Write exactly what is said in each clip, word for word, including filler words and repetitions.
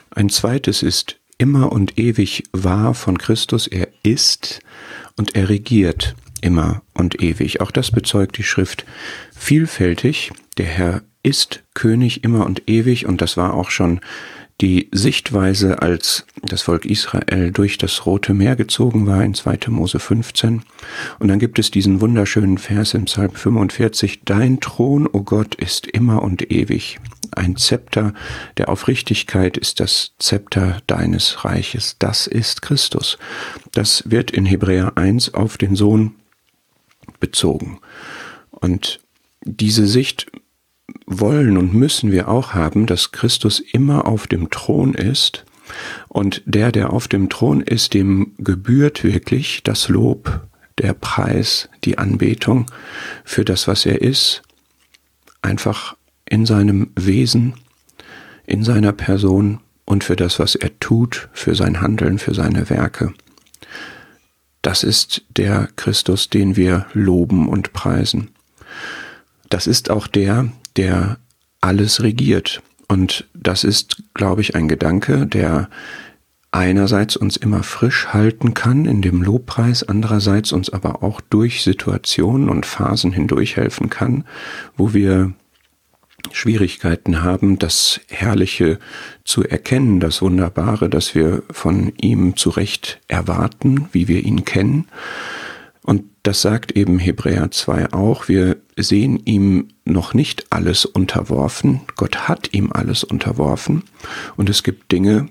Ein zweites ist immer und ewig wahr von Christus. Er ist und er regiert immer und ewig. Auch das bezeugt die Schrift vielfältig. Der Herr ist König immer und ewig, und das war auch schon die Sichtweise, als das Volk Israel durch das Rote Meer gezogen war in zweiter Mose fünfzehn. Und dann gibt es diesen wunderschönen Vers im Psalm fünfundvierzig: Dein Thron, o Gott, ist immer und ewig. Ein Zepter der Aufrichtigkeit ist das Zepter deines Reiches. Das ist Christus. Das wird in Hebräer eins auf den Sohn bezogen. Und diese Sicht wollen und müssen wir auch haben, dass Christus immer auf dem Thron ist, und der, der auf dem Thron ist, dem gebührt wirklich das Lob, der Preis, die Anbetung für das, was er ist, einfach in seinem Wesen, in seiner Person und für das, was er tut, für sein Handeln, für seine Werke. Das ist der Christus, den wir loben und preisen. Das ist auch der, der alles regiert. Und das ist, glaube ich, ein Gedanke, der einerseits uns immer frisch halten kann in dem Lobpreis, andererseits uns aber auch durch Situationen und Phasen hindurch helfen kann, wo wir Schwierigkeiten haben, das Herrliche zu erkennen, das Wunderbare, das wir von ihm zu Recht erwarten, wie wir ihn kennen. Und das sagt eben Hebräer zwei auch. Wir sehen ihm noch nicht alles unterworfen. Gott hat ihm alles unterworfen. Und es gibt Dinge,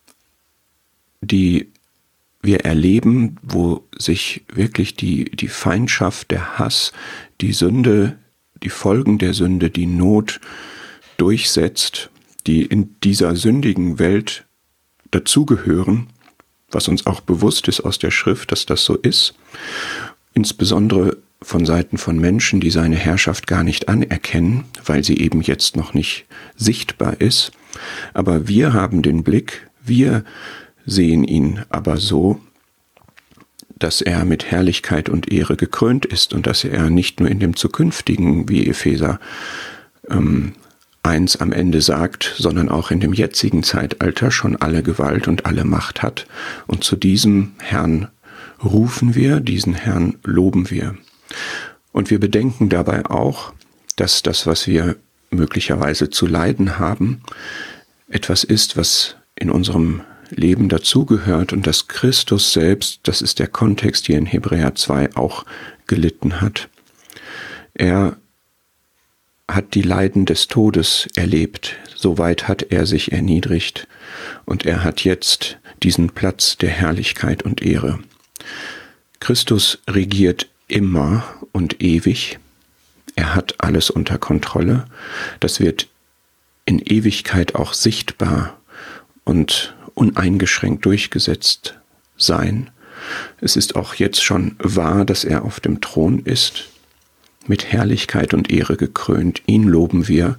die wir erleben, wo sich wirklich die, die Feindschaft, der Hass, die Sünde, die Folgen der Sünde, die Not durchsetzt, die in dieser sündigen Welt dazugehören, was uns auch bewusst ist aus der Schrift, dass das so ist, insbesondere von Seiten von Menschen, die seine Herrschaft gar nicht anerkennen, weil sie eben jetzt noch nicht sichtbar ist. Aber wir haben den Blick, wir sehen ihn aber so, dass er mit Herrlichkeit und Ehre gekrönt ist und dass er nicht nur in dem Zukünftigen, wie Epheser ähm, eins am Ende sagt, sondern auch in dem jetzigen Zeitalter schon alle Gewalt und alle Macht hat. Und zu diesem Herrn rufen wir, diesen Herrn loben wir. Und wir bedenken dabei auch, dass das, was wir möglicherweise zu leiden haben, etwas ist, was in unserem Leben dazugehört, und dass Christus selbst, das ist der Kontext hier in Hebräer zwei, auch gelitten hat. Er hat die Leiden des Todes erlebt, soweit hat er sich erniedrigt, und er hat jetzt diesen Platz der Herrlichkeit und Ehre. Christus regiert immer und ewig, er hat alles unter Kontrolle, das wird in Ewigkeit auch sichtbar und uneingeschränkt durchgesetzt sein. Es ist auch jetzt schon wahr, dass er auf dem Thron ist, mit Herrlichkeit und Ehre gekrönt. Ihn loben wir,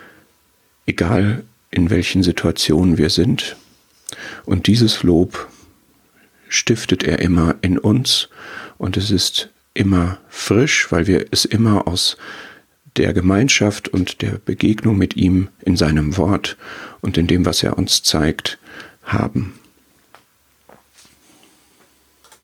egal in welchen Situationen wir sind. Und dieses Lob stiftet er immer in uns, und es ist immer frisch, weil wir es immer aus der Gemeinschaft und der Begegnung mit ihm in seinem Wort und in dem, was er uns zeigt, haben.